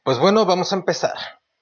Pues bueno, vamos a empezar.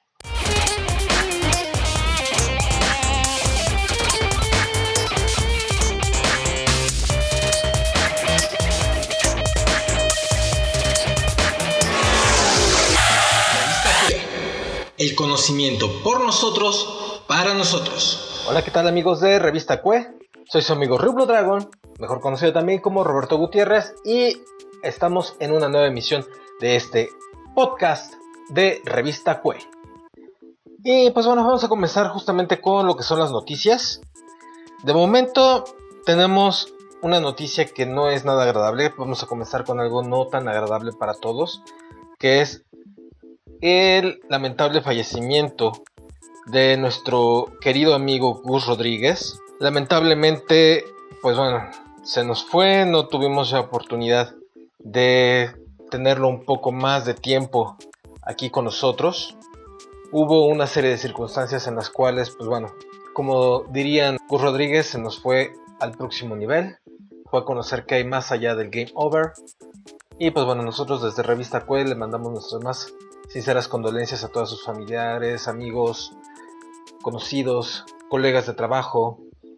El conocimiento por nosotros, para nosotros. Hola, ¿qué tal amigos de Revista Cue? Soy su amigo Rublo Dragon, mejor conocido también como Roberto Gutiérrez, y estamos en una nueva emisión de este podcast de Revista Cue. Y pues bueno, vamos a comenzar justamente con lo que son las noticias. De momento tenemos una noticia que no es nada agradable. Vamos a comenzar con algo no tan agradable para todos, que es el lamentable fallecimiento de nuestro querido amigo Gus Rodríguez. Lamentablemente, pues bueno, se nos fue, no tuvimos la oportunidad de tenerlo un poco más de tiempo aquí con nosotros. Hubo una serie de circunstancias en las cuales, pues bueno, como dirían, Gus Rodríguez se nos fue al próximo nivel, fue a conocer que hay más allá del game over. Y pues bueno, nosotros desde Revista Cue le mandamos nuestras más sinceras condolencias a todos sus familiares, amigos, conocidos, colegas de trabajo.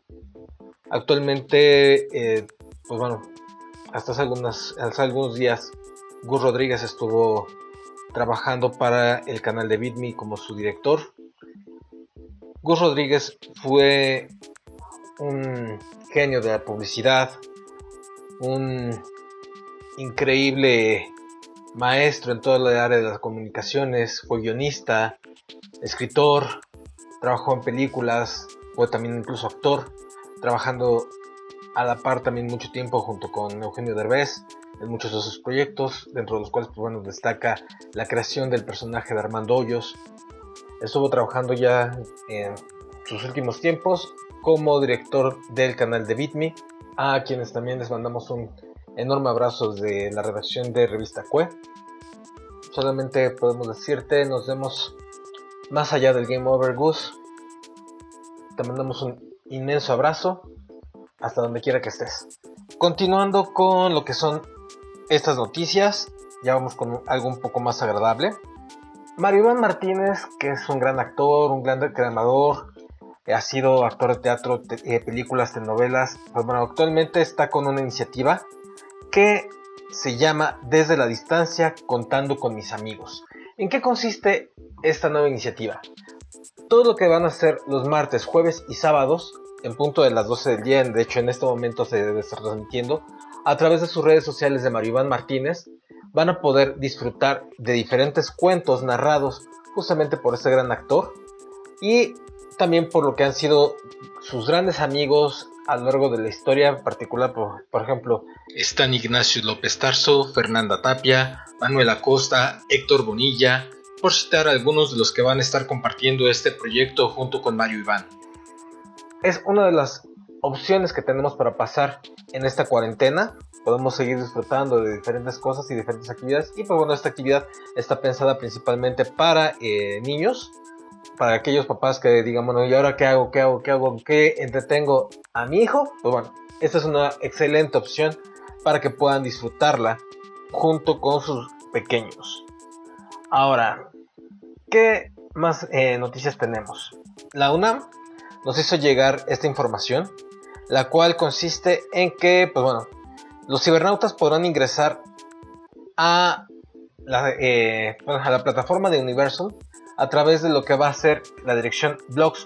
Actualmente, pues bueno, hasta hace algunos días, Gus Rodríguez estuvo trabajando para el canal de BitMe como su director. Gus Rodríguez fue un genio de la publicidad, un increíble maestro en toda la área de las comunicaciones, fue guionista, escritor, trabajó en películas, fue también incluso actor, trabajando a la par también mucho tiempo junto con Eugenio Derbez en muchos de sus proyectos, dentro de los cuales pues bueno, destaca la creación del personaje de Armando Hoyos. Estuvo trabajando ya en sus últimos tiempos como director del canal de BitMe, a quienes también les mandamos un enorme abrazo de la redacción de Revista Cue. Solamente podemos decirte, nos vemos más allá del Game Over, Gus. Te mandamos un inmenso abrazo hasta donde quiera que estés. Continuando con lo que son estas noticias, ya vamos con algo un poco más agradable. Mario Iván Martínez, que es un gran actor, un gran creador, ha sido actor de teatro, películas, telenovelas. Pues bueno, actualmente está con una iniciativa que se llama Desde la Distancia, contando con mis amigos. ¿En qué consiste esta nueva iniciativa? Todo lo que van a hacer los martes, jueves y sábados, en punto de las 12 del día, de hecho en este momento se debe estar transmitiendo, a través de sus redes sociales de Mario Iván Martínez, van a poder disfrutar de diferentes cuentos narrados justamente por este gran actor y también por lo que han sido sus grandes amigos a lo largo de la historia, en particular por ejemplo están Ignacio López Tarso, Fernanda Tapia, Manuel Acosta, Héctor Bonilla, por citar algunos de los que van a estar compartiendo este proyecto junto con Mario Iván. Es una de las opciones que tenemos para pasar en esta cuarentena. Podemos seguir disfrutando de diferentes cosas y diferentes actividades. Y pues bueno, esta actividad está pensada principalmente para niños, para aquellos papás que digan, bueno, ¿y ahora qué hago? ¿Qué entretengo a mi hijo? Pues bueno, esta es una excelente opción para que puedan disfrutarla junto con sus pequeños. Ahora, ¿qué más noticias tenemos? La UNAM nos hizo llegar esta información, la cual consiste en que, pues bueno, los cibernautas podrán ingresar a la plataforma de Universum a través de lo que va a ser la dirección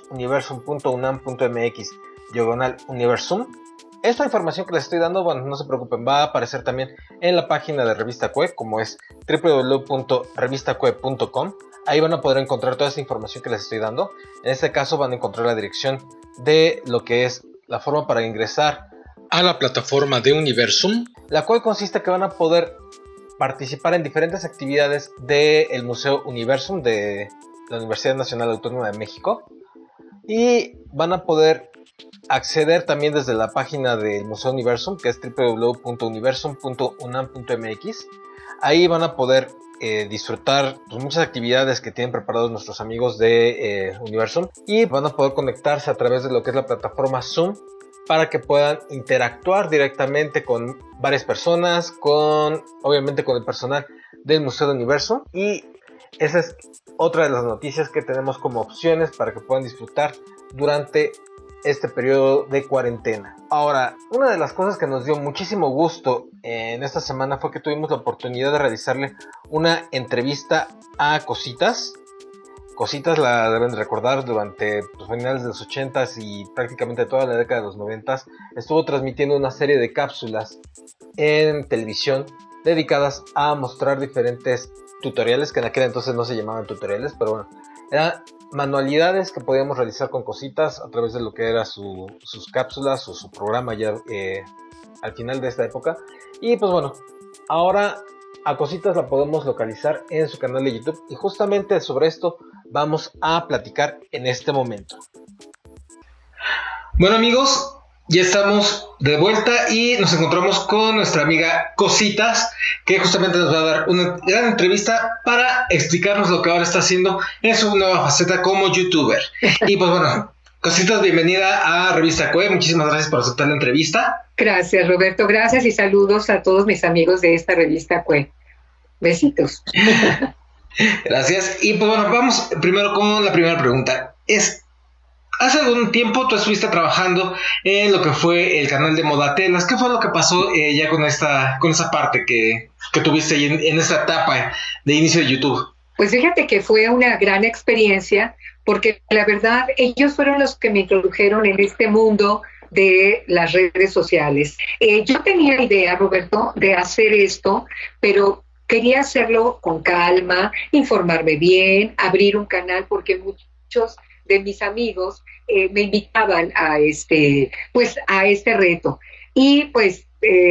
blogs.universum.unam.mx/Universum. Esta información que les estoy dando, bueno, no se preocupen, va a aparecer también en la página de Revista Cue, como es www.revistacue.com. Ahí van a poder encontrar toda esta información que les estoy dando. En este caso van a encontrar la dirección de lo que es la forma para ingresar a la plataforma de Universum, la cual consiste que van a poder participar en diferentes actividades del Museo Universum de la Universidad Nacional Autónoma de México, y van a poder acceder también desde la página del Museo Universum, que es www.universum.unam.mx. Ahí van a poder disfrutar pues, muchas actividades que tienen preparados nuestros amigos de Universum, y van a poder conectarse a través de lo que es la plataforma Zoom para que puedan interactuar directamente con varias personas, obviamente con el personal del Museo de Universo. Y esa es otra de las noticias que tenemos como opciones para que puedan disfrutar durante este periodo de cuarentena. Ahora, una de las cosas que nos dio muchísimo gusto en esta semana fue que tuvimos la oportunidad de realizarle una entrevista a Cositas. Cositas la deben recordar, durante los finales de los 80s y prácticamente toda la década de los 90s estuvo transmitiendo una serie de cápsulas en televisión dedicadas a mostrar diferentes tutoriales, que en aquel entonces no se llamaban tutoriales, pero bueno, eran manualidades que podíamos realizar con Cositas a través de lo que eran sus cápsulas o su programa ya al final de esta época. Y pues bueno, ahora a Cositas la podemos localizar en su canal de YouTube y justamente sobre esto vamos a platicar en este momento. Bueno, amigos, ya estamos de vuelta y nos encontramos con nuestra amiga Cositas, que justamente nos va a dar una gran entrevista para explicarnos lo que ahora está haciendo en su nueva faceta como youtuber. Y pues bueno, Cositas, bienvenida a Revista CUE, muchísimas gracias por aceptar la entrevista. Gracias, Roberto, gracias y saludos a todos mis amigos de esta Revista CUE. Besitos. Gracias. Y pues bueno, vamos primero con la primera pregunta. Hace algún tiempo tú estuviste trabajando en lo que fue el canal de Modatelas. ¿Qué fue lo que pasó ya con esa parte que tuviste en esta etapa de inicio de YouTube? Pues fíjate que fue una gran experiencia, porque la verdad ellos fueron los que me introdujeron en este mundo de las redes sociales. Yo tenía idea, Roberto, de hacer esto, pero quería hacerlo con calma, informarme bien, abrir un canal, porque muchos de mis amigos me invitaban a este reto. Y pues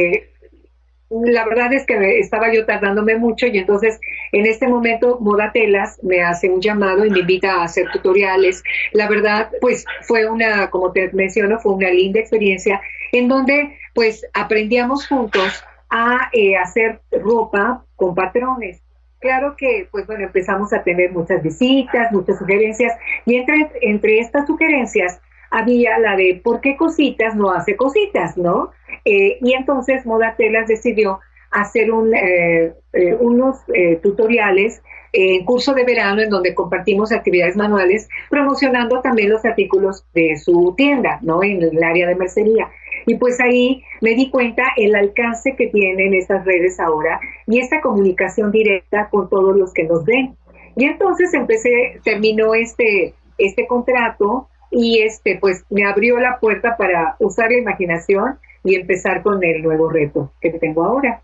la verdad es que estaba yo tardándome mucho, y entonces en este momento Modatelas me hace un llamado y me invita a hacer tutoriales. La verdad, pues fue como te menciono, fue una linda experiencia en donde pues aprendíamos juntos a hacer ropa con patrones. Claro que, pues bueno, empezamos a tener muchas visitas, muchas sugerencias, y entre estas sugerencias había la de ¿por qué Cositas no hace cositas, no? Y entonces Modatelas decidió hacer unos tutoriales en curso de verano en donde compartimos actividades manuales, promocionando también los artículos de su tienda, ¿no? En el área de mercería. Y pues ahí me di cuenta el alcance que tienen estas redes ahora y esta comunicación directa con todos los que nos ven. Y entonces terminó este contrato y pues me abrió la puerta para usar la imaginación y empezar con el nuevo reto que tengo ahora.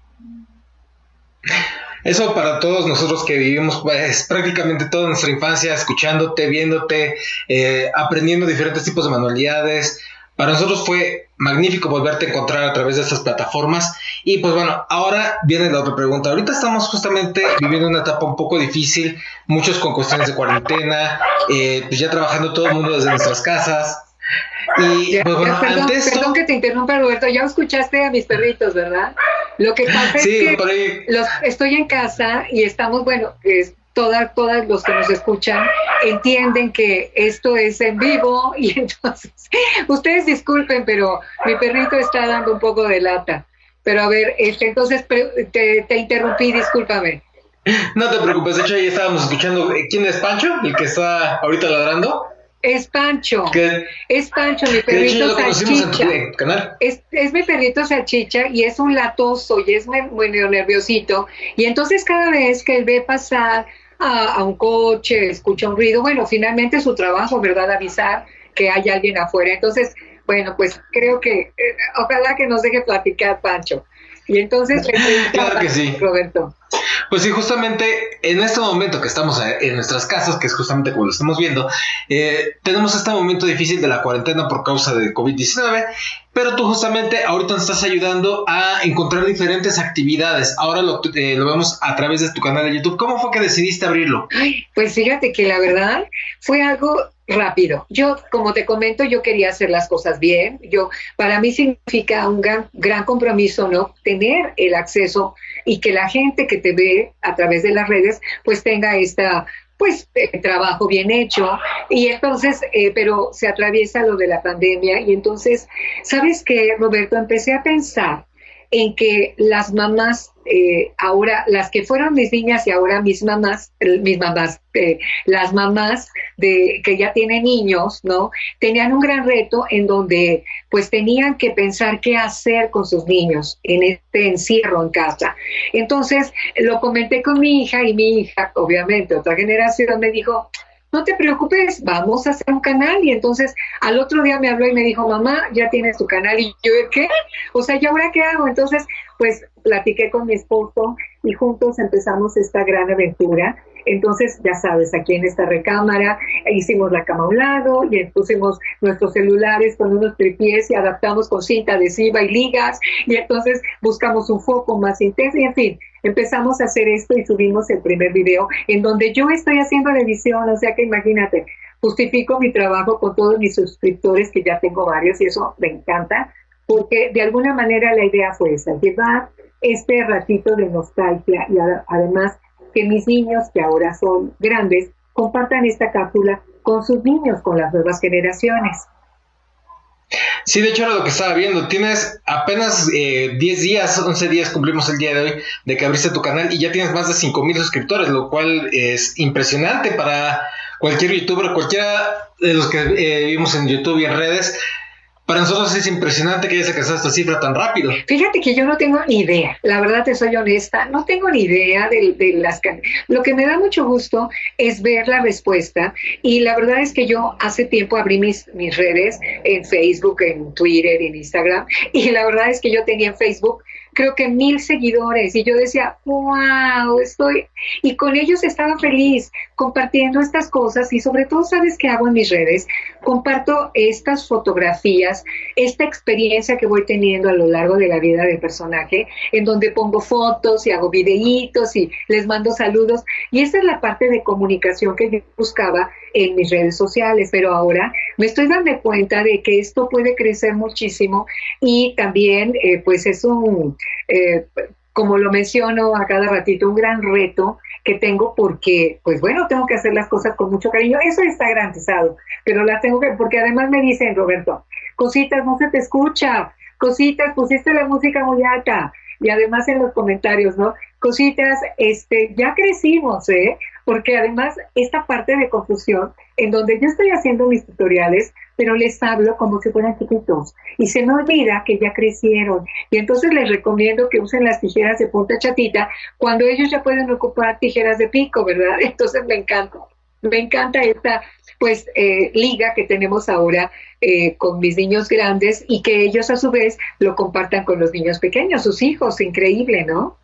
Eso para todos nosotros que vivimos pues, prácticamente toda nuestra infancia escuchándote, viéndote, aprendiendo diferentes tipos de manualidades. Para nosotros fue magnífico volverte a encontrar a través de estas plataformas. Y pues bueno, ahora viene la otra pregunta. Ahorita estamos justamente viviendo una etapa un poco difícil, muchos con cuestiones de cuarentena, pues ya trabajando todo el mundo desde nuestras casas. Y pues bueno, perdón que te interrumpa, Roberto, ya escuchaste a mis perritos, ¿verdad? Lo que pasa es que estoy en casa y estamos, todas los que nos escuchan entienden que esto es en vivo, y entonces ustedes disculpen, pero mi perrito está dando un poco de lata. Pero a ver, entonces te interrumpí, discúlpame. No te preocupes, de hecho ahí estábamos escuchando. ¿Quién es Pancho? ¿El que está ahorita ladrando? Es Pancho. Es Pancho, mi perrito salchicha. En tu canal. Es mi perrito salchicha y es un latoso y es muy nerviosito. Y entonces cada vez que él ve pasar a un coche, escucha un ruido, bueno, finalmente su trabajo, ¿verdad? Avisar que hay alguien afuera. Entonces, bueno, pues creo que ojalá que nos deje platicar, Pancho. Y entonces, claro que sí, Roberto. Pues sí, justamente en este momento que estamos en nuestras casas, que es justamente como lo estamos viendo, tenemos este momento difícil de la cuarentena por causa de COVID-19, pero tú justamente ahorita nos estás ayudando a encontrar diferentes actividades. Ahora lo vemos a través de tu canal de YouTube. ¿Cómo fue que decidiste abrirlo? Ay, pues fíjate que la verdad fue algo rápido. Yo, como te comento, yo quería hacer las cosas bien. Para mí significa un gran compromiso, ¿no? Tener el acceso y que la gente que te ve a través de las redes, pues tenga trabajo bien hecho. Y entonces, pero se atraviesa lo de la pandemia. Y entonces, ¿sabes qué, Roberto? Empecé a pensar en que las mamás ahora las que fueron mis niñas y ahora las mamás de que ya tienen niños, ¿no? Tenían un gran reto en donde pues tenían que pensar qué hacer con sus niños en este encierro en casa. Entonces lo comenté con mi hija y mi hija, obviamente otra generación, me dijo, no te preocupes, vamos a hacer un canal. Y entonces al otro día me habló y me dijo, mamá, ya tienes tu canal. Y yo, ¿qué? O sea, ¿y ahora qué hago? Entonces, pues platiqué con mi esposo y juntos empezamos esta gran aventura. Entonces, ya sabes, aquí en esta recámara hicimos la cama a un lado y pusimos nuestros celulares con unos tripiés y adaptamos con cinta adhesiva y ligas, y entonces buscamos un foco más intenso y en fin, empezamos a hacer esto y subimos el primer video en donde yo estoy haciendo la edición, o sea que imagínate, justifico mi trabajo con todos mis suscriptores, que ya tengo varios y eso me encanta, porque de alguna manera la idea fue esa, llevar este ratito de nostalgia y además que mis niños, que ahora son grandes, compartan esta cápsula con sus niños, con las nuevas generaciones. Sí, de hecho era lo que estaba viendo. Tienes apenas 10 días, 11 días cumplimos el día de hoy de que abriste tu canal y ya tienes más de 5,000 suscriptores, lo cual es impresionante para cualquier youtuber, cualquiera de los que vimos en YouTube y en redes. Para nosotros es impresionante que hayas alcanzado esta cifra tan rápido. Fíjate que yo no tengo ni idea, la verdad te soy honesta, no tengo ni idea de las... Lo que me da mucho gusto es ver la respuesta y la verdad es que yo hace tiempo abrí mis redes en Facebook, en Twitter, en Instagram y la verdad es que yo tenía en Facebook creo que 1,000 seguidores y yo decía, wow, y con ellos estaba feliz compartiendo estas cosas y sobre todo, ¿sabes qué hago en mis redes? Comparto estas fotografías, esta experiencia que voy teniendo a lo largo de la vida del personaje, en donde pongo fotos y hago videitos y les mando saludos y esa es la parte de comunicación que yo buscaba en mis redes sociales, pero ahora me estoy dando cuenta de que esto puede crecer muchísimo y también pues es como lo menciono a cada ratito, un gran reto que tengo porque, pues bueno, tengo que hacer las cosas con mucho cariño. Eso está garantizado, pero las tengo que, porque además me dicen, Roberto, cositas, no se te escucha, cositas, pusiste la música muy alta, y además en los comentarios, ¿no? Cositas, ya crecimos, porque además esta parte de confusión, en donde yo estoy haciendo mis tutoriales, pero les hablo como si fueran chiquitos, y se me olvida que ya crecieron, y entonces les recomiendo que usen las tijeras de punta chatita, cuando ellos ya pueden ocupar tijeras de pico, ¿verdad? Entonces me encanta esta, pues, liga que tenemos ahora con mis niños grandes, y que ellos a su vez lo compartan con los niños pequeños, sus hijos, increíble, ¿no?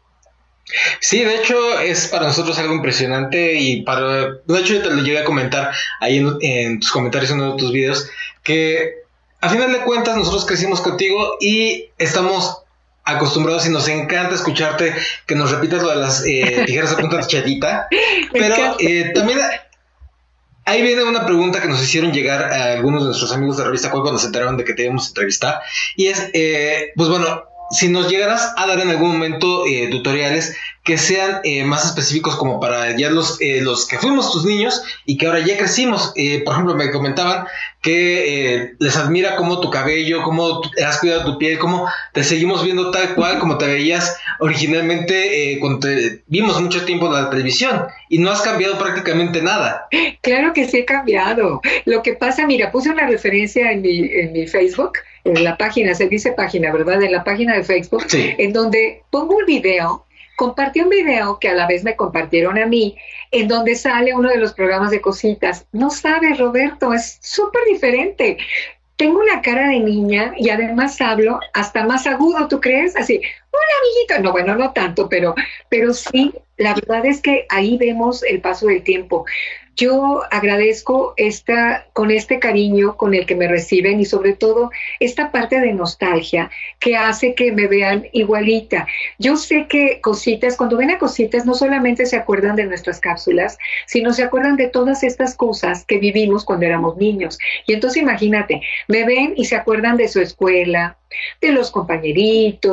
Sí, de hecho es para nosotros algo impresionante de hecho yo te lo llegué a comentar ahí en tus comentarios en uno de tus videos que a final de cuentas nosotros crecimos contigo y estamos acostumbrados y nos encanta escucharte que nos repitas lo de las tijeras de punta chatita, pero también ahí viene una pregunta que nos hicieron llegar a algunos de nuestros amigos de Revista Cual cuando se enteraron de que te íbamos a entrevistar y es, pues bueno, si nos llegaras a dar en algún momento tutoriales que sean más específicos como para ya los que fuimos tus niños y que ahora ya crecimos. Por ejemplo, me comentaban que les admira cómo tu cabello, cómo has cuidado tu piel, cómo te seguimos viendo tal cual como te veías originalmente cuando te vimos mucho tiempo en la televisión y no has cambiado prácticamente nada. Claro que sí he cambiado. Lo que pasa, mira, puse una referencia en mi Facebook, en la página, se dice página, ¿verdad? En la página de Facebook, sí. En donde pongo un video, compartí un video que a la vez me compartieron a mí, en donde sale uno de los programas de cositas. No sabes, Roberto, es súper diferente. Tengo una cara de niña y además hablo hasta más agudo, ¿tú crees? Así, hola, amiguito. No, bueno, no tanto, pero sí, la verdad es que ahí vemos el paso del tiempo. Yo agradezco con este cariño con el que me reciben y sobre todo esta parte de nostalgia que hace que me vean igualita. Yo sé que Cositas, cuando ven a Cositas, no solamente se acuerdan de nuestras cápsulas, sino se acuerdan de todas estas cosas que vivimos cuando éramos niños. Y entonces imagínate, me ven y se acuerdan de su escuela, de los compañeritos,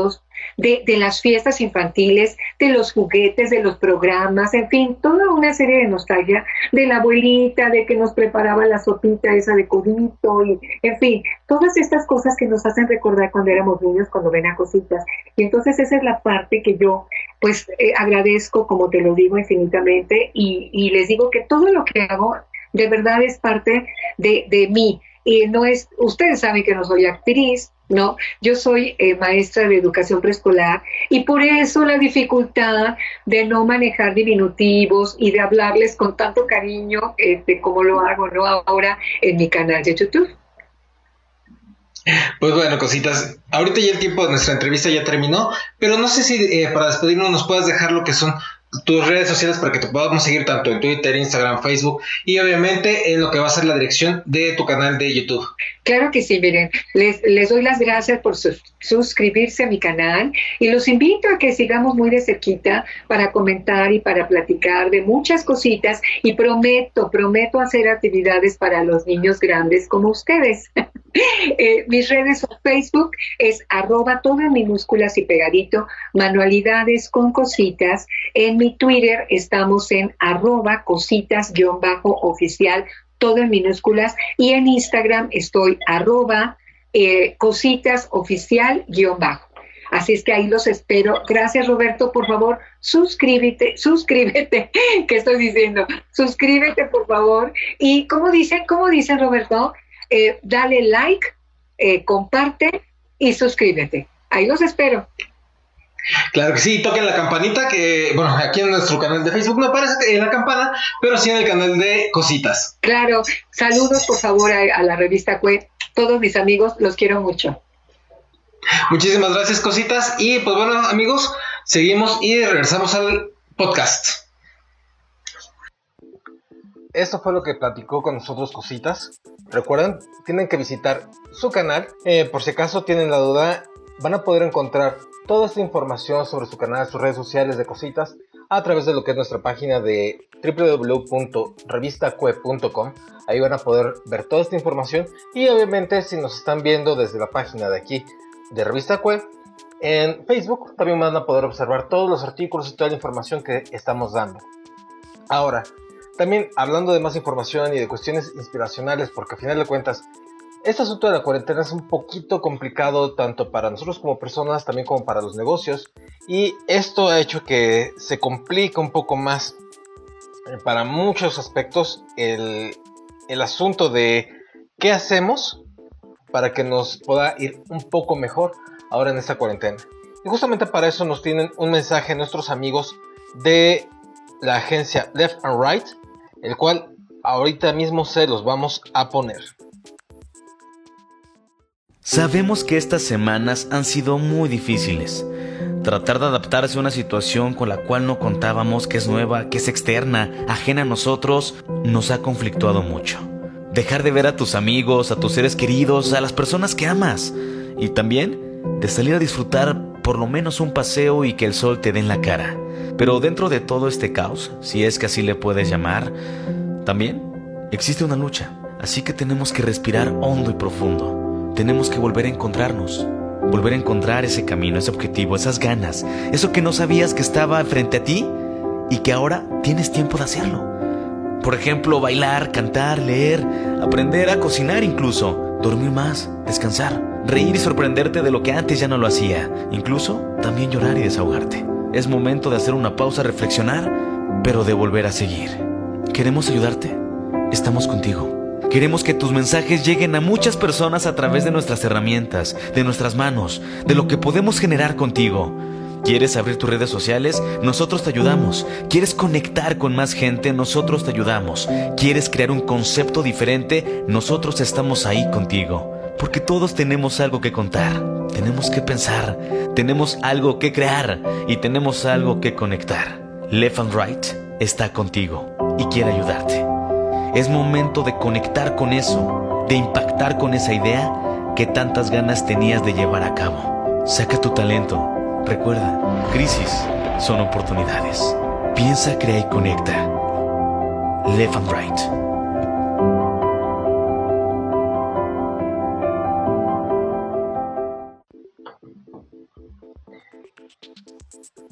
de las fiestas infantiles, de los juguetes, de los programas, en fin, toda una serie de nostalgia, de la abuelita, de que nos preparaba la sopita esa de codito, y en fin, todas estas cosas que nos hacen recordar cuando éramos niños, cuando ven a Cositas. Y entonces esa es la parte que yo pues agradezco, como te lo digo, infinitamente, y les digo que todo lo que hago de verdad es parte de mí. Y no es, ustedes saben que no soy actriz, ¿no? Yo soy maestra de educación preescolar, y por eso la dificultad de no manejar diminutivos y de hablarles con tanto cariño, como lo hago, ¿no? Ahora en mi canal de YouTube. Pues bueno, Cositas, ahorita ya el tiempo de nuestra entrevista ya terminó, pero no sé si para despedirnos nos puedas dejar lo que son tus redes sociales para que te podamos seguir tanto en Twitter, Instagram, Facebook y obviamente en lo que va a ser la dirección de tu canal de YouTube. Claro que sí, miren, les doy las gracias por suscribirse a mi canal y los invito a que sigamos muy de cerquita para comentar y para platicar de muchas cositas, y prometo hacer actividades para los niños grandes como ustedes. Mis redes son Facebook, es @ todo en minúsculas y pegadito, manualidades con cositas. En mi Twitter estamos en @cositas_oficial, todo en minúsculas, y en Instagram estoy @cositasoficial_. Así es que ahí los espero. Gracias, Roberto. Por favor, suscríbete, ¿qué estoy diciendo? Suscríbete, por favor. Y ¿cómo dicen, Roberto? Dale like, comparte y suscríbete. Ahí los espero. Claro que sí, toquen la campanita, que bueno, aquí en nuestro canal de Facebook no aparece en la campana, pero sí en el canal de Cositas. Claro, saludos por favor a la revista Cue. Todos mis amigos, los quiero mucho. Muchísimas gracias, Cositas, y pues bueno, amigos, seguimos y regresamos al podcast. Esto fue lo que platicó con nosotros Cositas. Recuerden, tienen que visitar su canal. Por si acaso tienen la duda, van a poder encontrar toda esta información sobre su canal, sus redes sociales de Cositas, a través de lo que es nuestra página de www.revistacue.com. Ahí van a poder ver toda esta información, y obviamente si nos están viendo desde la página de aquí de Revista Cue, en Facebook también van a poder observar todos los artículos y toda la información que estamos dando. Ahora, también hablando de más información y de cuestiones inspiracionales, porque al final de cuentas este asunto de la cuarentena es un poquito complicado tanto para nosotros como personas, también como para los negocios, y esto ha hecho que se complique un poco más para muchos aspectos el asunto de qué hacemos para que nos pueda ir un poco mejor ahora en esta cuarentena. Y justamente para eso nos tienen un mensaje nuestros amigos de la agencia Left and Right, el cual ahorita mismo se los vamos a poner. Sabemos que estas semanas han sido muy difíciles. Tratar de adaptarse a una situación con la cual no contábamos, que es nueva, que es externa, ajena a nosotros, nos ha conflictuado mucho. Dejar de ver a tus amigos, a tus seres queridos, a las personas que amas. Y también de salir a disfrutar por lo menos un paseo y que el sol te dé en la cara. Pero dentro de todo este caos, si es que así le puedes llamar, también existe una lucha. Así que tenemos que respirar hondo y profundo. Tenemos que volver a encontrarnos, volver a encontrar ese camino, ese objetivo, esas ganas, eso que no sabías que estaba frente a ti y que ahora tienes tiempo de hacerlo. Por ejemplo, bailar, cantar, leer, aprender a cocinar incluso, dormir más, descansar, reír y sorprenderte de lo que antes ya no lo hacía, incluso también llorar y desahogarte. Es momento de hacer una pausa, reflexionar, pero de volver a seguir. Queremos ayudarte, estamos contigo. Queremos que tus mensajes lleguen a muchas personas a través de nuestras herramientas, de nuestras manos, de lo que podemos generar contigo. ¿Quieres abrir tus redes sociales? Nosotros te ayudamos. ¿Quieres conectar con más gente? Nosotros te ayudamos. ¿Quieres crear un concepto diferente? Nosotros estamos ahí contigo. Porque todos tenemos algo que contar, tenemos que pensar, tenemos algo que crear y tenemos algo que conectar. Left and Right está contigo y quiere ayudarte. Es momento de conectar con eso, de impactar con esa idea que tantas ganas tenías de llevar a cabo. Saca tu talento. Recuerda, crisis son oportunidades. Piensa, crea y conecta. Left and Right.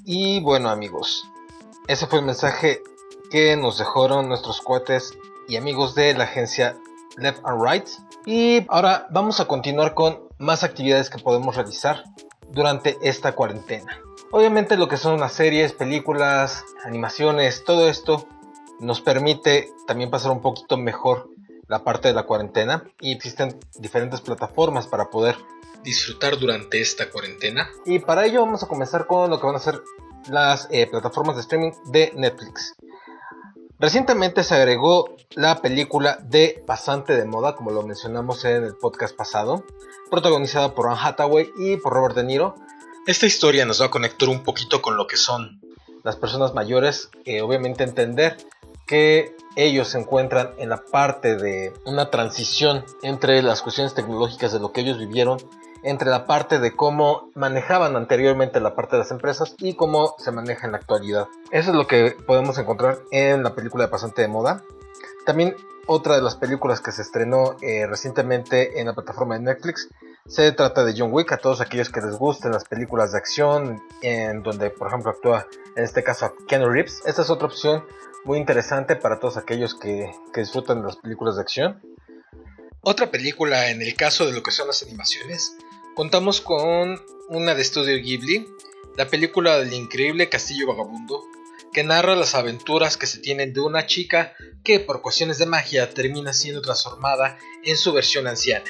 Y bueno, amigos, ese fue el mensaje que nos dejaron nuestros cuates y amigos de la agencia Left and Right. Y ahora vamos a continuar con más actividades que podemos realizar durante esta cuarentena. Obviamente lo que son las series, películas, animaciones, todo esto nos permite también pasar un poquito mejor la parte de la cuarentena, y existen diferentes plataformas para poder disfrutar durante esta cuarentena. Y para ello vamos a comenzar con lo que van a ser las plataformas de streaming de Netflix. Recientemente se agregó la película de Bastante de Moda, como lo mencionamos en el podcast pasado, protagonizada por Anne Hathaway y por Robert De Niro. Esta historia nos va a conectar un poquito con lo que son las personas mayores, obviamente entender que ellos se encuentran en la parte de una transición entre las cuestiones tecnológicas de lo que ellos vivieron, entre la parte de cómo manejaban anteriormente la parte de las empresas y cómo se maneja en la actualidad. Eso es lo que podemos encontrar en la película de Bastante de Moda. También otra de las películas que se estrenó recientemente en la plataforma de Netflix se trata de John Wick. A todos aquellos que les gusten las películas de acción, en donde por ejemplo actúa en este caso Keanu Reeves, esta es otra opción muy interesante para todos aquellos que disfrutan de las películas de acción. Otra película en el caso de lo que son las animaciones, contamos con una de Estudio Ghibli, la película del increíble Castillo Vagabundo, que narra las aventuras que se tienen de una chica que por cuestiones de magia termina siendo transformada en su versión anciana.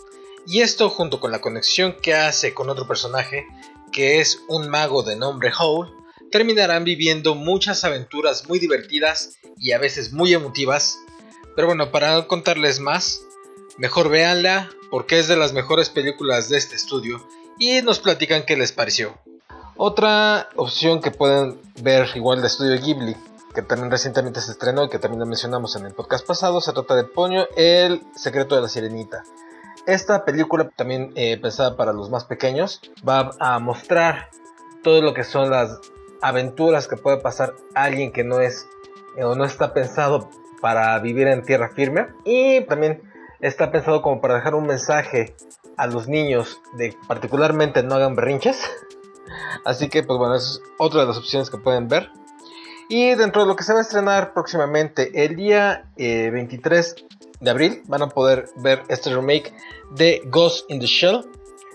Y esto, junto con la conexión que hace con otro personaje, que es un mago de nombre Howl, terminarán viviendo muchas aventuras muy divertidas y a veces muy emotivas. Pero bueno, para no contarles más, mejor véanla porque es de las mejores películas de este estudio y nos platican qué les pareció. Otra opción que pueden ver igual de Estudio Ghibli, que también recientemente se estrenó y que también lo mencionamos en el podcast pasado, se trata de Ponyo, el secreto de la sirenita. Esta película, también pensada para los más pequeños, va a mostrar todo lo que son las aventuras que puede pasar alguien que no es o no está pensado para vivir en tierra firme, y también está pensado como para dejar un mensaje a los niños de particularmente no hagan berrinches. Así que pues bueno, esa es otra de las opciones que pueden ver. Y dentro de lo que se va a estrenar próximamente el día 23 de abril van a poder ver este remake de Ghost in the Shell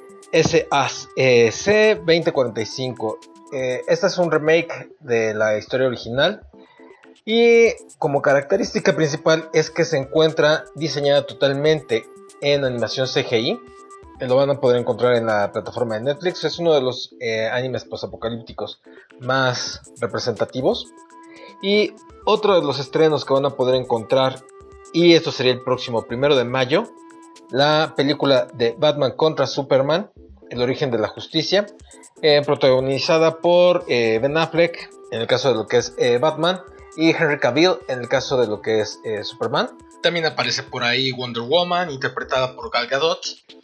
SAC 2045. Este es un remake de la historia original y como característica principal es que se encuentra diseñada totalmente en animación CGI. Lo van a poder encontrar en la plataforma de Netflix. Es uno de los animes posapocalípticos más representativos. Y otro de los estrenos que van a poder encontrar, y esto sería el próximo 1 de mayo, la película de Batman contra Superman, El origen de la justicia, protagonizada por Ben Affleck en el caso de lo que es Batman, y Henry Cavill en el caso de lo que es Superman. También aparece por ahí Wonder Woman, interpretada por Gal Gadot.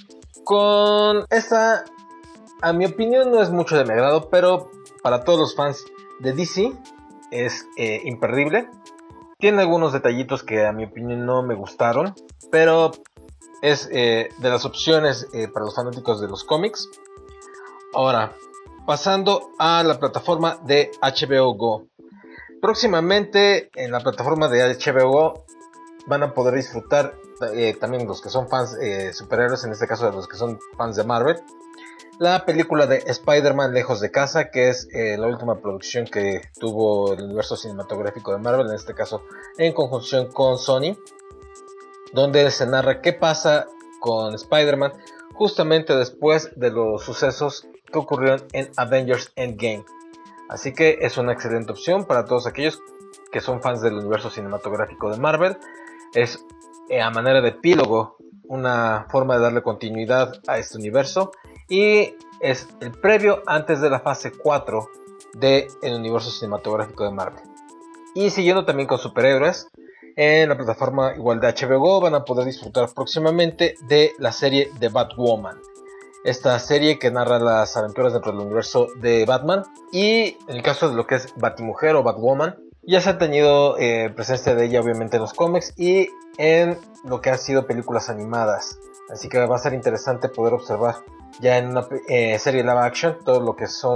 Con esta, a mi opinión, no es mucho de mi agrado, pero para todos los fans de DC es imperdible. Tiene algunos detallitos que a mi opinión no me gustaron, pero es de las opciones para los fanáticos de los cómics. Ahora, pasando a la plataforma de HBO Go. Próximamente en la plataforma de HBO Go van a poder disfrutar también los que son fans superhéroes, en este caso de los que son fans de Marvel, la película de Spider-Man Lejos de Casa, que es la última producción que tuvo el universo cinematográfico de Marvel, en este caso en conjunción con Sony, donde se narra qué pasa con Spider-Man justamente después de los sucesos que ocurrieron en Avengers Endgame. Así que es una excelente opción para todos aquellos que son fans del universo cinematográfico de Marvel. Es a manera de epílogo, una forma de darle continuidad a este universo, y es el previo antes de la fase 4 del universo cinematográfico de Marvel. Y siguiendo también con superhéroes, en la plataforma igual de HBO Go van a poder disfrutar próximamente de la serie de Batwoman. Esta serie que narra las aventuras dentro del universo de Batman, y en el caso de lo que es Batimujer o Batwoman, ya se ha tenido presencia de ella obviamente en los cómics y en lo que han sido películas animadas. Así que va a ser interesante poder observar ya en una serie live action todo lo que son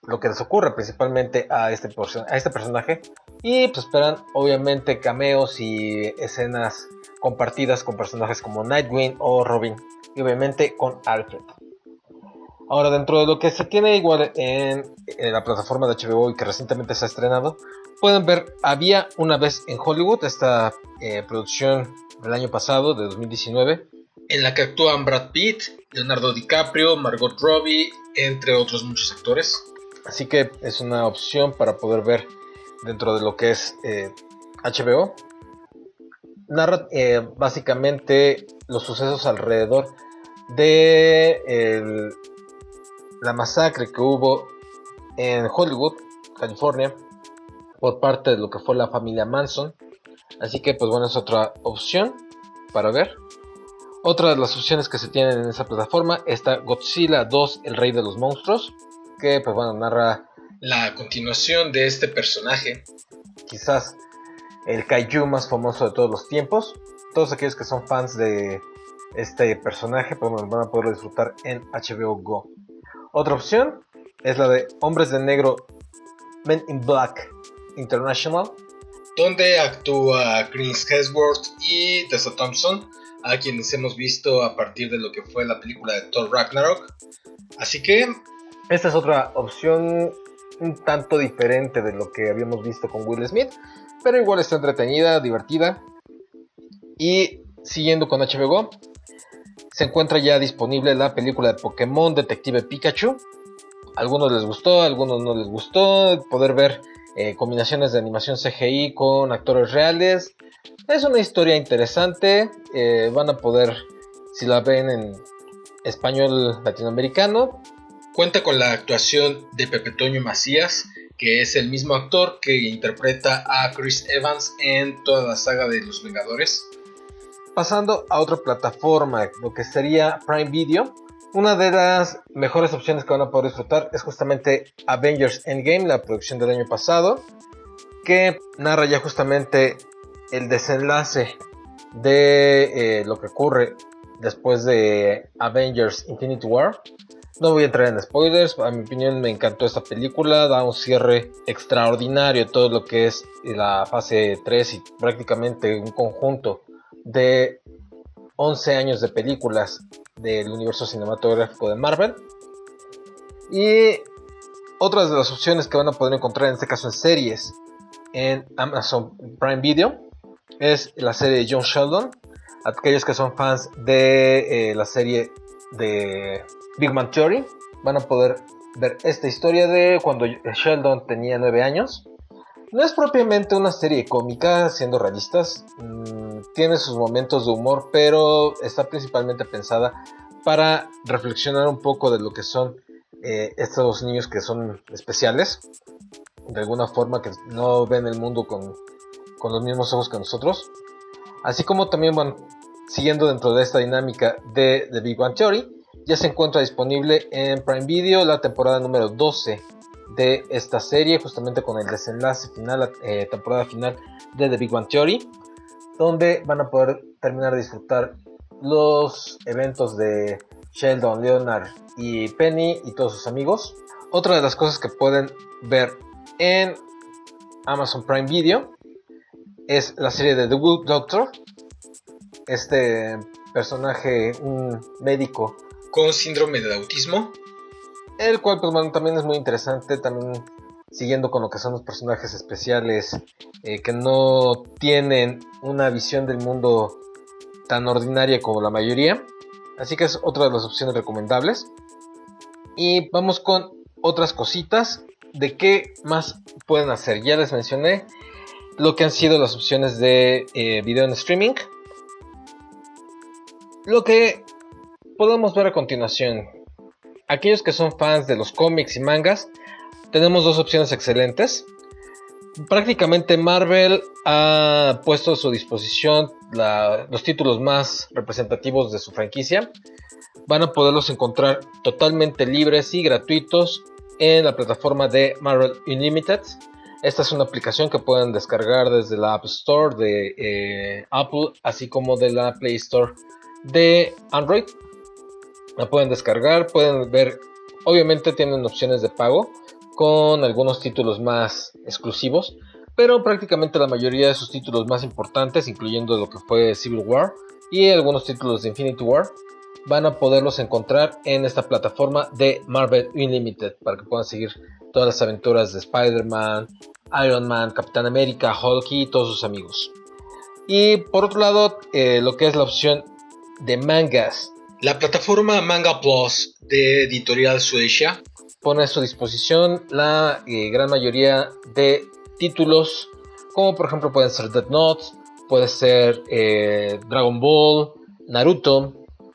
lo que les ocurre principalmente a este personaje, y pues esperan obviamente cameos y escenas compartidas con personajes como Nightwing o Robin, y obviamente con Alfred. Ahora, dentro de lo que se tiene igual en la plataforma de HBO y que recientemente se ha estrenado, pueden ver Había una vez en Hollywood, esta producción del año pasado, de 2019, en la que actúan Brad Pitt, Leonardo DiCaprio, Margot Robbie, entre otros muchos actores. Así que es una opción para poder ver dentro de lo que es HBO. Narra básicamente los sucesos alrededor de la masacre que hubo en Hollywood, California, por parte de lo que fue la familia Manson. Así que pues bueno, es otra opción para ver. Otra de las opciones que se tienen en esa plataforma está Godzilla 2, el rey de los monstruos, que pues bueno, narra la continuación de este personaje, quizás el kaiju más famoso de todos los tiempos. Todos aquellos que son fans de este personaje pues bueno, van a poder disfrutar en HBO Go. Otra opción es la de Hombres de Negro, Men in Black International, donde actúa Chris Hemsworth y Tessa Thompson, a quienes hemos visto a partir de lo que fue la película de Thor Ragnarok. Así que esta es otra opción un tanto diferente de lo que habíamos visto con Will Smith, pero igual está entretenida, divertida. Y siguiendo con HBO, se encuentra ya disponible la película de Pokémon Detective Pikachu. A algunos les gustó, a algunos no les gustó. Poder ver combinaciones de animación CGI con actores reales. Es una historia interesante. Van a poder, si la ven en español latinoamericano, cuenta con la actuación de Pepe Toño Macías, que es el mismo actor que interpreta a Chris Evans en toda la saga de Los Vengadores. Pasando a otra plataforma, lo que sería Prime Video. Una de las mejores opciones que van a poder disfrutar es justamente Avengers Endgame, la producción del año pasado, que narra ya justamente el desenlace de lo que ocurre después de Avengers Infinity War. No voy a entrar en spoilers, a mi opinión me encantó esta película, da un cierre extraordinario a todo lo que es la fase 3 y prácticamente un conjunto de 11 años de películas del universo cinematográfico de Marvel. Y otras de las opciones que van a poder encontrar en este caso en series en Amazon Prime Video es la serie de John Sheldon. Aquellos que son fans de la serie de Big Bang Theory van a poder ver esta historia de cuando Sheldon tenía 9 años. No es propiamente una serie cómica, siendo realistas, tiene sus momentos de humor, pero está principalmente pensada para reflexionar un poco de lo que son estos niños que son especiales, de alguna forma, que no ven el mundo con los mismos ojos que nosotros. Así como también, bueno, siguiendo dentro de esta dinámica de The Big Bang Theory, ya se encuentra disponible en Prime Video la temporada número 12 de esta serie, justamente con el desenlace final, la temporada final de The Big Bang Theory, donde van a poder terminar de disfrutar los eventos de Sheldon, Leonard y Penny y todos sus amigos. Otra de las cosas que pueden ver en Amazon Prime Video es la serie de The Good Doctor. Este personaje, un médico con síndrome de autismo, el cual pues bueno, también es muy interesante, también siguiendo con lo que son los personajes especiales que no tienen una visión del mundo tan ordinaria como la mayoría. Así que es otra de las opciones recomendables. Y vamos con otras cositas de qué más pueden hacer. Ya les mencioné lo que han sido las opciones de video en streaming. Lo que podemos ver a continuación, aquellos que son fans de los cómics y mangas, tenemos dos opciones excelentes. Prácticamente Marvel ha puesto a su disposición los títulos más representativos de su franquicia. Van a poderlos encontrar totalmente libres y gratuitos en la plataforma de Marvel Unlimited. Esta es una aplicación que pueden descargar desde la App Store de Apple, así como de la Play Store de Android. La pueden descargar, pueden ver, obviamente tienen opciones de pago, con algunos títulos más exclusivos, pero prácticamente la mayoría de sus títulos más importantes, incluyendo lo que fue Civil War y algunos títulos de Infinity War, van a poderlos encontrar en esta plataforma de Marvel Unlimited para que puedan seguir todas las aventuras de Spider-Man, Iron Man, Capitán América, Hulk y todos sus amigos. Y por otro lado, lo que es la opción de mangas. La plataforma Manga Plus de Editorial Shueisha pone a su disposición la gran mayoría de títulos, como por ejemplo pueden ser Death Note, puede ser Dragon Ball, Naruto,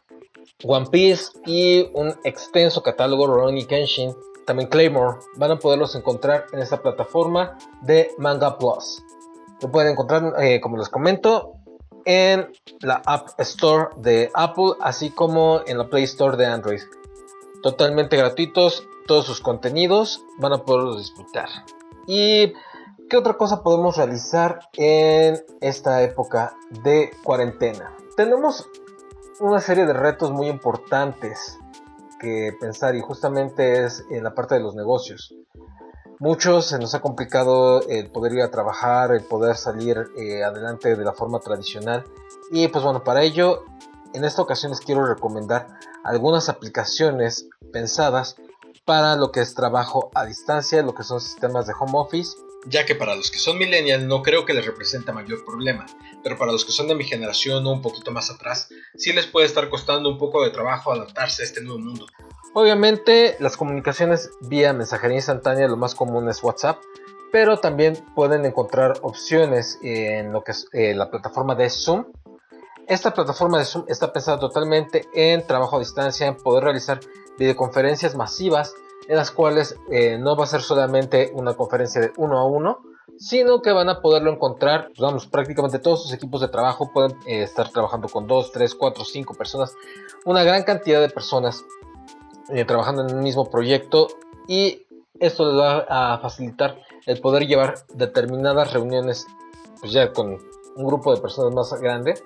One Piece y un extenso catálogo, Rurouni Kenshin, también Claymore. Van a poderlos encontrar en esta plataforma de Manga Plus. Lo pueden encontrar, como les comento, en la App Store de Apple, así como en la Play Store de Android. Totalmente gratuitos, todos sus contenidos van a poderlos disfrutar. ¿Y qué otra cosa podemos realizar en esta época de cuarentena? Tenemos una serie de retos muy importantes que pensar, y justamente es en la parte de los negocios. Muchos se nos ha complicado el poder ir a trabajar, el poder salir adelante de la forma tradicional, y pues bueno, para ello en esta ocasión les quiero recomendar algunas aplicaciones pensadas para lo que es trabajo a distancia, lo que son sistemas de home office, ya que para los que son millennials no creo que les represente mayor problema, pero para los que son de mi generación o un poquito más atrás, sí les puede estar costando un poco de trabajo adaptarse a este nuevo mundo. Obviamente las comunicaciones vía mensajería instantánea, lo más común es WhatsApp, pero también pueden encontrar opciones en lo que es la plataforma de Zoom. Esta plataforma de Zoom está pensada totalmente en trabajo a distancia, en poder realizar videoconferencias masivas, en las cuales no va a ser solamente una conferencia de 1 a 1, sino que van a poderlo encontrar, pues vamos, prácticamente todos sus equipos de trabajo pueden estar trabajando con 2, 3, 4, 5 personas, una gran cantidad de personas trabajando en un mismo proyecto, y esto les va a facilitar el poder llevar determinadas reuniones pues ya con un grupo de personas más grande,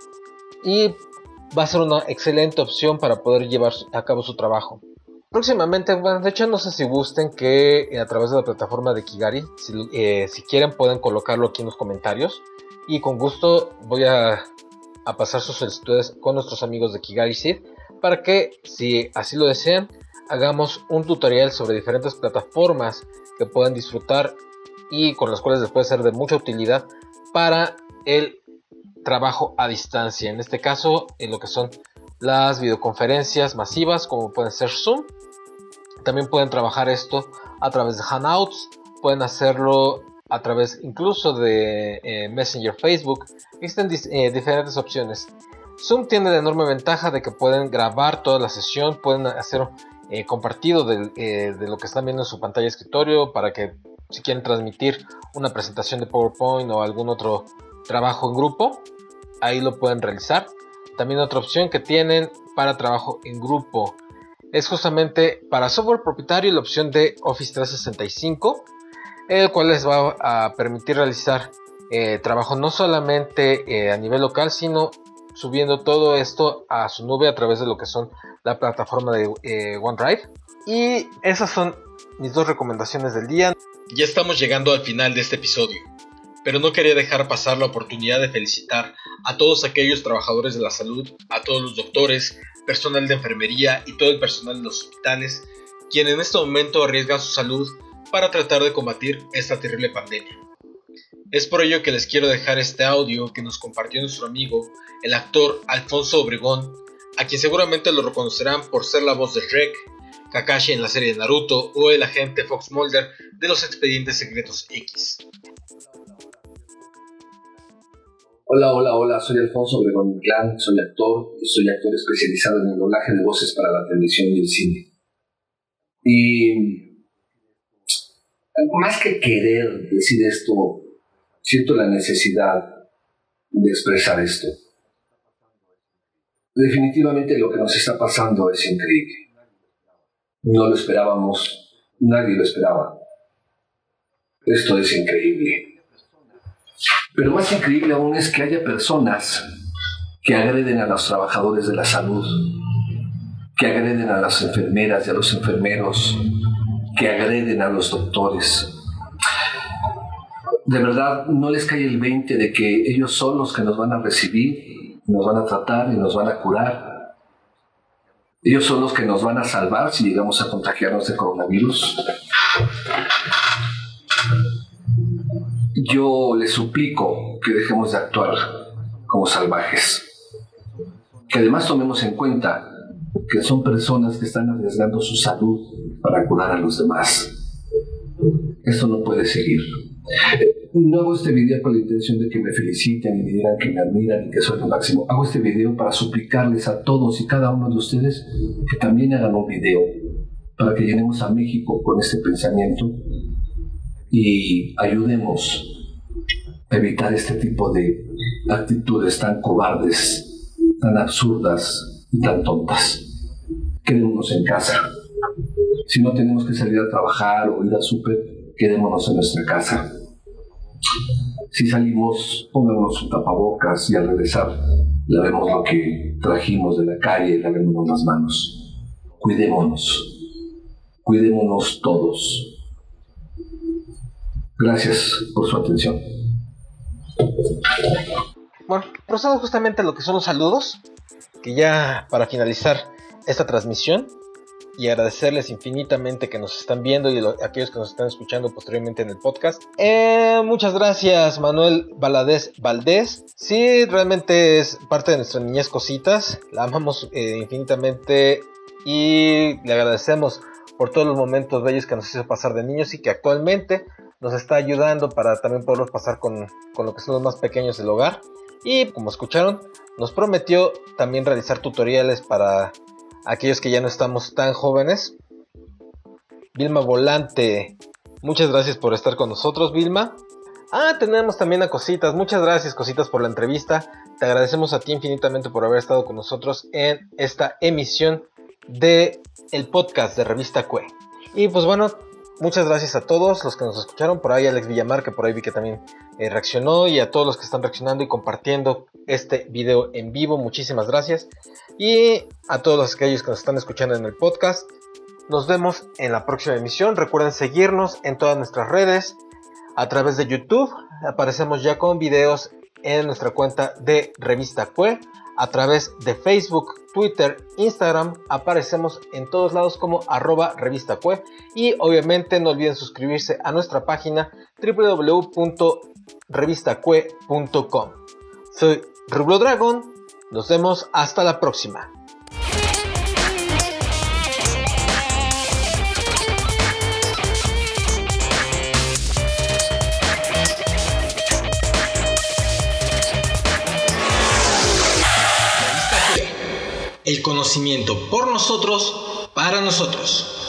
y va a ser una excelente opción para poder llevar a cabo su trabajo. Próximamente, bueno, de hecho no sé si gusten que a través de la plataforma de Kigari, si quieren pueden colocarlo aquí en los comentarios, y con gusto voy a pasar sus solicitudes con nuestros amigos de Kigari Seed, para que si así lo desean hagamos un tutorial sobre diferentes plataformas que puedan disfrutar y con las cuales les puede ser de mucha utilidad para el trabajo a distancia. En este caso, en lo que son las videoconferencias masivas, como pueden ser Zoom. También pueden trabajar esto a través de Hangouts, pueden hacerlo a través incluso de Messenger, Facebook. Existen diferentes opciones. Zoom tiene la enorme ventaja de que pueden grabar toda la sesión, pueden hacer compartido de lo que están viendo en su pantalla de escritorio, para que si quieren transmitir una presentación de PowerPoint o algún otro trabajo en grupo, ahí lo pueden realizar. También otra opción que tienen para trabajo en grupo es justamente para software propietario, la opción de Office 365, el cual les va a permitir realizar trabajo no solamente a nivel local, sino subiendo todo esto a su nube a través de lo que son la plataforma de OneDrive. Y esas son mis dos recomendaciones del día. Ya estamos llegando al final de este episodio, pero no quería dejar pasar la oportunidad de felicitar a todos aquellos trabajadores de la salud, a todos los doctores, personal de enfermería y todo el personal de los hospitales, quien en este momento arriesgan su salud para tratar de combatir esta terrible pandemia. Es por ello que les quiero dejar este audio que nos compartió nuestro amigo, el actor Alfonso Obregón, a quien seguramente lo reconocerán por ser la voz de Shrek, Kakashi en la serie de Naruto o el agente Fox Mulder de los Expedientes Secretos X. Hola, soy Alfonso Obregón Inclán, soy actor especializado en el doblaje de voces para la televisión y el cine. Y más que querer decir esto, siento la necesidad de expresar esto. Definitivamente lo que nos está pasando es increíble. No lo esperábamos, nadie lo esperaba. Esto es increíble. Pero más increíble aún es que haya personas que agreden a los trabajadores de la salud, que agreden a las enfermeras y a los enfermeros, que agreden a los doctores. De verdad, no les cae el 20 de que ellos son los que nos van a recibir, nos van a tratar y nos van a curar. Ellos son los que nos van a salvar si llegamos a contagiarnos de coronavirus. Yo les suplico que dejemos de actuar como salvajes. Que además tomemos en cuenta que son personas que están arriesgando su salud para curar a los demás. Esto no puede seguir. No hago este video con la intención de que me feliciten y me digan que me admiran y que soy lo máximo. Hago este video para suplicarles a todos y cada uno de ustedes que también hagan un video para que llenemos a México con este pensamiento y ayudemos a evitar este tipo de actitudes tan cobardes, tan absurdas y tan tontas. Quedémonos en casa. Si no tenemos que salir a trabajar o ir al súper, quedémonos en nuestra casa. Si salimos, pongámonos un tapabocas y al regresar lavemos lo que trajimos de la calle y lavémonos las manos. Cuidémonos todos. Gracias por su atención. Bueno, procedemos justamente a lo que son los saludos, que ya para finalizar esta transmisión y agradecerles infinitamente que nos están viendo y aquellos que nos están escuchando posteriormente en el podcast. Muchas gracias, Manuel Valadez Valdés. Sí, realmente es parte de nuestra niñez Cositas. La amamos infinitamente y le agradecemos por todos los momentos bellos que nos hizo pasar de niños y que actualmente nos está ayudando para también poderlos pasar con lo que son los más pequeños del hogar. Y como escucharon, nos prometió también realizar tutoriales para aquellos que ya no estamos tan jóvenes. Vilma Volante, muchas gracias por estar con nosotros, Vilma. Tenemos también a Cositas. Muchas gracias, Cositas, por la entrevista. Te agradecemos a ti infinitamente por haber estado con nosotros en esta emisión de el podcast de Revista Cue. Y pues bueno, muchas gracias a todos los que nos escucharon. Por ahí Alex Villamar, que por ahí vi que también reaccionó, y a todos los que están reaccionando y compartiendo este video en vivo, muchísimas gracias. Y a todos aquellos que nos están escuchando en el podcast, nos vemos en la próxima emisión. Recuerden seguirnos en todas nuestras redes. A través de YouTube aparecemos ya con videos en nuestra cuenta de Revista Cue. A través de Facebook, Twitter, Instagram, aparecemos en todos lados como @Revista Cue. Y obviamente no olviden suscribirse a nuestra página www.revistacue.com. Soy Rublo Dragon, nos vemos hasta la próxima. El conocimiento por nosotros, para nosotros.